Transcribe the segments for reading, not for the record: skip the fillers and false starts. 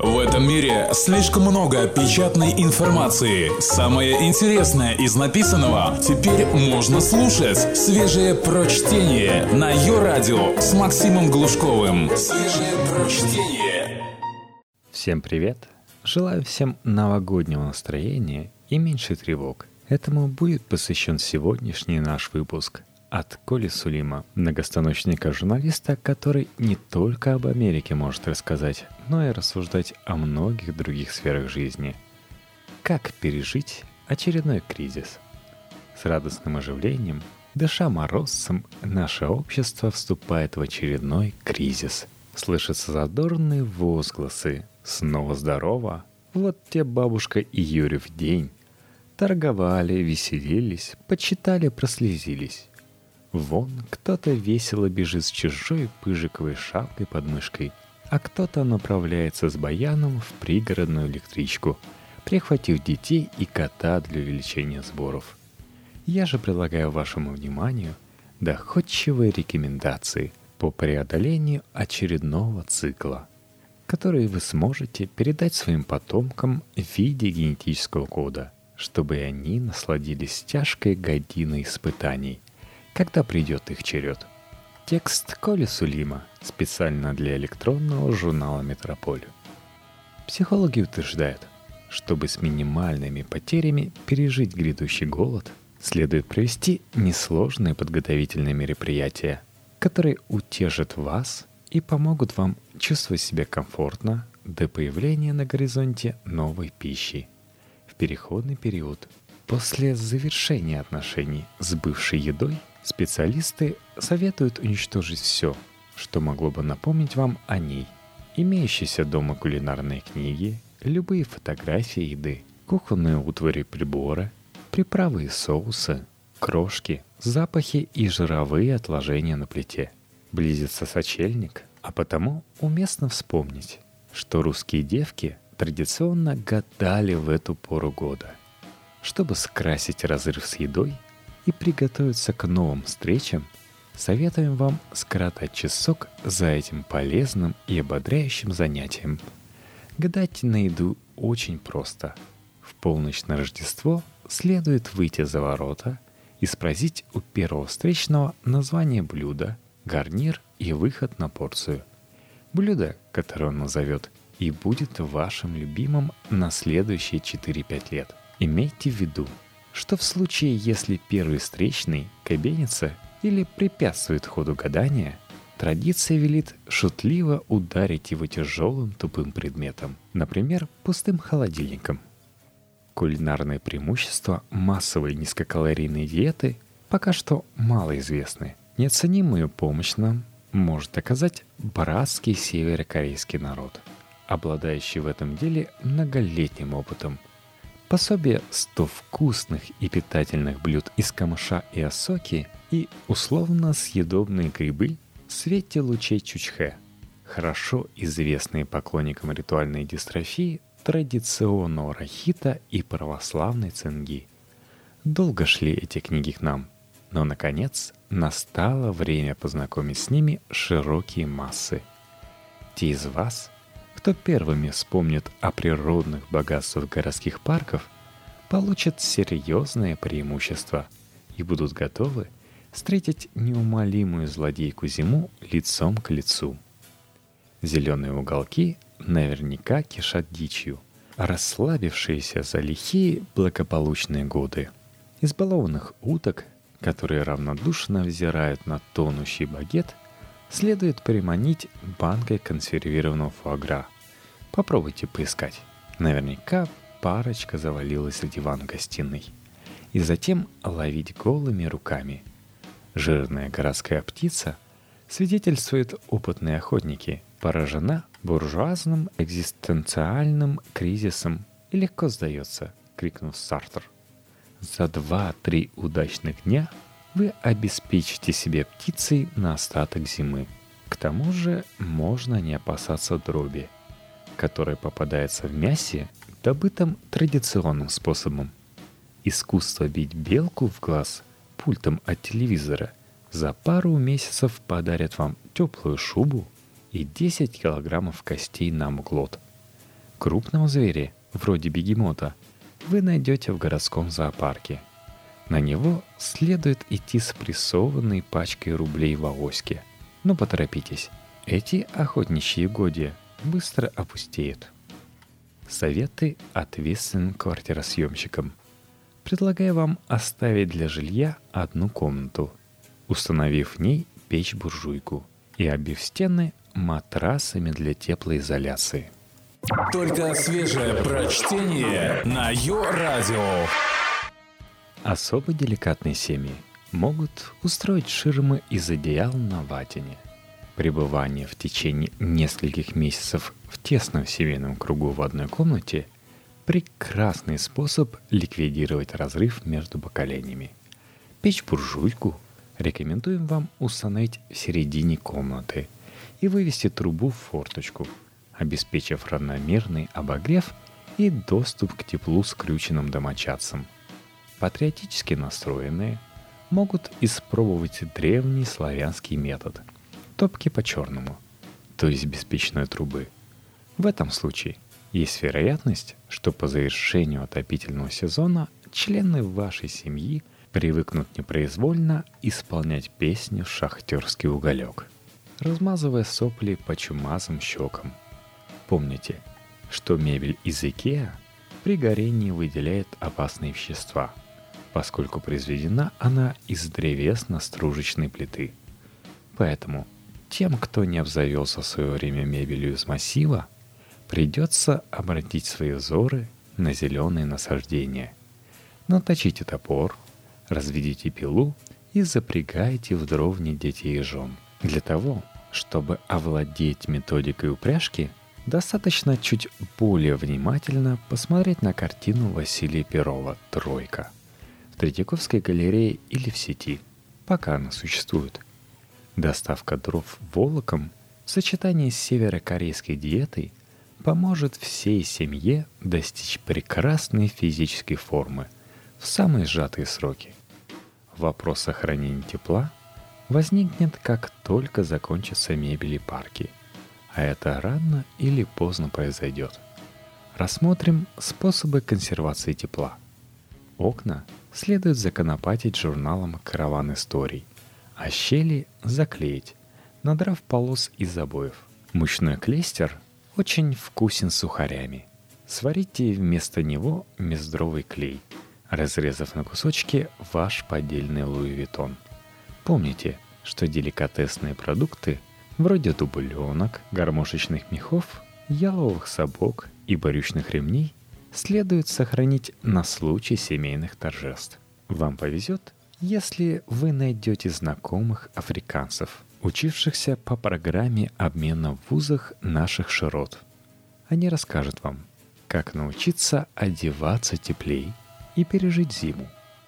В этом мире слишком много печатной информации. Самое интересное из написанного теперь можно слушать. Свежее прочтение на Йо-Радио с Максимом Глушковым. Свежее прочтение. Всем привет! Желаю всем новогоднего настроения и меньше тревог. Этому будет посвящен сегодняшний наш выпуск от Коли Сулима, многостаночника-журналиста, который не только об Америке может рассказать, но и рассуждать о многих других сферах жизни. Как пережить очередной кризис? С радостным оживлением, дыша морозцем, наше общество вступает в очередной кризис. Слышатся задорные возгласы: «Снова здорово! Вот те бабушка и Юрьев день!» Торговали, веселились, почитали, прослезились. Вон кто-то весело бежит с чужой пыжиковой шапкой под мышкой, а кто-то направляется с баяном в пригородную электричку, прихватив детей и кота для увеличения сборов. Я же предлагаю вашему вниманию доходчивые рекомендации по преодолению очередного цикла, которые вы сможете передать своим потомкам в виде генетического кода, чтобы они насладились тяжкой годиной испытаний, когда придет их черед. Текст Коли Сулима специально для электронного журнала «Метрополь». Психологи утверждают, чтобы с минимальными потерями пережить грядущий голод, следует провести несложные подготовительные мероприятия, которые утешат вас и помогут вам чувствовать себя комфортно до появления на горизонте новой пищи. В переходный период, после завершения отношений с бывшей едой, специалисты советуют уничтожить все, что могло бы напомнить вам о ней. Имеющиеся дома кулинарные книги, любые фотографии еды, кухонные утвари, приборы, приправы и соусы, крошки, запахи и жировые отложения на плите. Близится сочельник, а потому уместно вспомнить, что русские девки традиционно гадали в эту пору года. Чтобы скрасить разрыв с едой и приготовиться к новым встречам, советуем вам скоротать часок за этим полезным и ободряющим занятием. Гадать на еду очень просто. В полночь на Рождество следует выйти за ворота и спросить у первого встречного название блюда, гарнир и выход на порцию. Блюдо, которое он назовет, и будет вашим любимым на следующие 4-5 лет. Имейте в виду, что в случае, если первый встречный кабенится или препятствует ходу гадания, традиция велит шутливо ударить его тяжелым тупым предметом, например, пустым холодильником. Кулинарные преимущества массовой низкокалорийной диеты пока что малоизвестны. Неоценимую помощь нам может оказать братский северокорейский народ, обладающий в этом деле многолетним опытом. Пособие 100 вкусных и питательных блюд из камыша и осоки и условно съедобные грибы в свете лучей чучхе, хорошо известные поклонникам ритуальной дистрофии, традиционного рахита и православной цинги. Долго шли эти книги к нам, но, наконец, настало время познакомить с ними широкие массы. Те из вас, кто первыми вспомнит о природных богатствах городских парков, получат серьезное преимущество и будут готовы встретить неумолимую злодейку зиму лицом к лицу. Зеленые уголки наверняка кишат дичью, расслабившиеся за лихие благополучные годы. Избалованных уток, которые равнодушно взирают на тонущий багет, следует приманить банкой консервированного фуагра. Попробуйте поискать. Наверняка парочка завалилась на диван в гостиной. И затем ловить голыми руками. Жирная городская птица, свидетельствуют опытные охотники, поражена буржуазным экзистенциальным кризисом и легко сдается, крикнул Сартр. За 2-3 удачных дня вы обеспечите себе птицей на остаток зимы. К тому же можно не опасаться дроби, которая попадается в мясе, добытом традиционным способом. Искусство бить белку в глаз пультом от телевизора за пару месяцев подарят вам теплую шубу и 10 килограммов костей на мглот. Крупного зверя, вроде бегемота, вы найдете в городском зоопарке. На него следует идти с прессованной пачкой рублей в авоське. Но поторопитесь, эти охотничьи угодья быстро опустеют. Советы ответственным квартиросъемщикам. Предлагаю вам оставить для жилья одну комнату, установив в ней печь-буржуйку и обив стены матрасами для теплоизоляции. Только свежее прочтение на Йо-Радио. Особо деликатные семьи могут устроить ширмы из одеял на ватине. Пребывание в течение нескольких месяцев в тесном семейном кругу в одной комнате – прекрасный способ ликвидировать разрыв между поколениями. Печь-буржуйку рекомендуем вам установить в середине комнаты и вывести трубу в форточку, обеспечив равномерный обогрев и доступ к теплу скрюченным домочадцам. Патриотически настроенные могут испробовать древний славянский метод – топки по-черному, то есть без печной трубы. В этом случае есть вероятность, что по завершению отопительного сезона члены вашей семьи привыкнут непроизвольно исполнять песню «Шахтерский уголек», размазывая сопли по чумазым щекам. Помните, что мебель из IKEA при горении выделяет опасные вещества, поскольку произведена она из древесно-стружечной плиты. Поэтому тем, кто не обзавелся в свое время мебелью из массива, придется обратить свои взоры на зеленые насаждения. Наточите топор, разведите пилу и запрягайте в дровни детей и жен. Для того, чтобы овладеть методикой упряжки, достаточно чуть более внимательно посмотреть на картину Василия Перова «Тройка» в Третьяковской галерее или в сети, пока она существует. Доставка дров волоком в сочетании с северокорейской диетой поможет всей семье достичь прекрасной физической формы в самые сжатые сроки. Вопрос сохранения тепла возникнет, как только закончатся мебель и парки, а это рано или поздно произойдет. Рассмотрим способы консервации тепла. Окна следует законопатить журналом «Караван историй», а щели заклеить, надрав полос из обоев. Мучной клейстер очень вкусен с сухарями. Сварите вместо него мездровый клей, разрезав на кусочки ваш поддельный Луи Виттон. Помните, что деликатесные продукты вроде дубленок, гармошечных мехов, яловых сапог и брючных ремней следует сохранить на случай семейных торжеств. Вам повезет, если вы найдете знакомых африканцев, учившихся по программе обмена в вузах наших широт. Они расскажут вам, как научиться одеваться теплей и пережить зиму.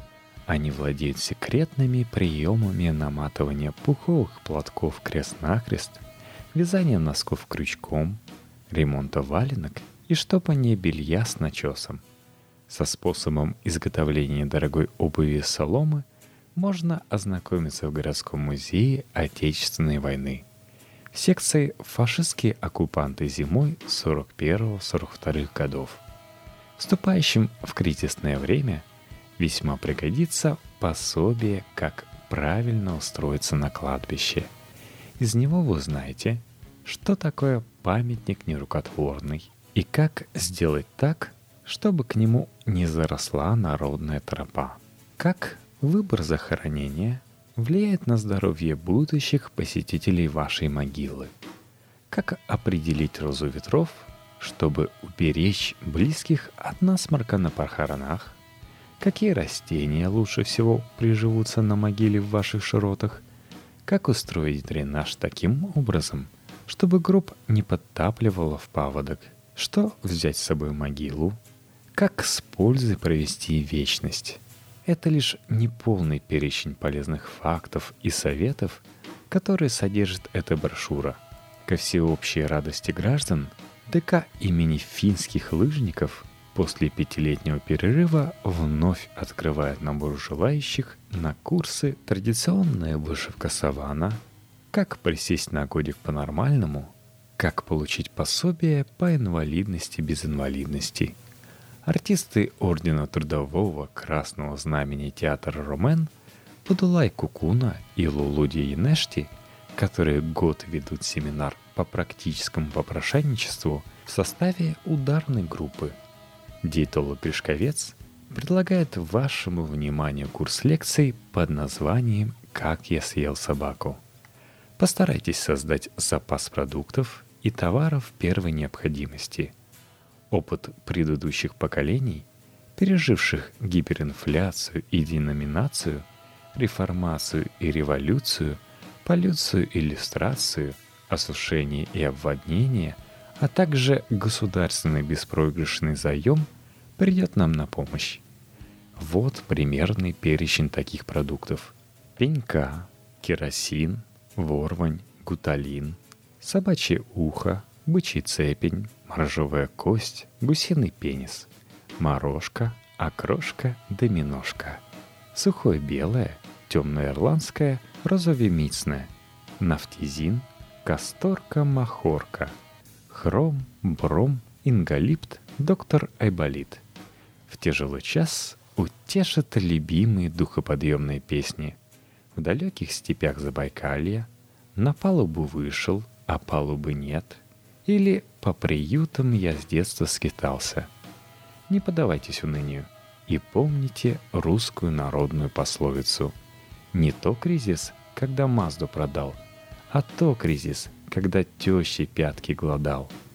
Они владеют секретными приемами наматывания пуховых платков крест-накрест, вязания носков крючком, ремонта валенок и штопания белья с начесом. Со способом изготовления дорогой обуви из соломы можно ознакомиться в городском музее Отечественной войны в секции «Фашистские оккупанты зимой 41-42 годов». Вступающим в кризисное время весьма пригодится пособие «Как правильно устроиться на кладбище». Из него вы узнаете, что такое памятник нерукотворный и как сделать так, чтобы к нему не заросла народная тропа. Как выбор захоронения влияет на здоровье будущих посетителей вашей могилы. Как определить розу ветров, чтобы уберечь близких от насморка на похоронах? Какие растения лучше всего приживутся на могиле в ваших широтах? Как устроить дренаж таким образом, чтобы гроб не подтапливало в паводок? Что взять с собой в могилу? Как с пользой провести вечность? Это лишь неполный перечень полезных фактов и советов, которые содержит эта брошюра. Ко всеобщей радости граждан, ДК имени финских лыжников после 5-летнего перерыва вновь открывает набор желающих на курсы «Традиционная вышивка савана», «Как присесть на годик по-нормальному», как получить пособие по инвалидности без инвалидности. Артисты Ордена Трудового Красного Знамени театра «Ромен» Будулай Кукуна и Лулуди Янешти, которые год ведут семинар по практическому попрошайничеству в составе ударной группы. Диетолог Гришковец предлагает вашему вниманию курс лекций под названием «Как я съел собаку». Постарайтесь создать запас продуктов и товаров первой необходимости. Опыт предыдущих поколений, переживших гиперинфляцию и деноминацию, реформацию и революцию, полюцию и иллюстрацию, осушение и обводнение, а также государственный беспроигрышный заем, придет нам на помощь. Вот примерный перечень таких продуктов. Пенька, керосин, ворвань, гуталин, собачье ухо, бычий цепень, моржовая кость, гусиный пенис, морожка, окрошка, доминошка, сухое белое, темное ирландское, розовемицное, нафтизин, касторка, махорка, хром, бром, ингалипт, доктор Айболит. В тяжелый час утешат любимые духоподъемные песни. В далеких степях Забайкалья на палубу вышел, а палубы нет. Или по приютам я с детства скитался. Не поддавайтесь унынию и помните русскую народную пословицу: не то кризис, когда Мазду продал, а то кризис, когда тещей пятки глодал.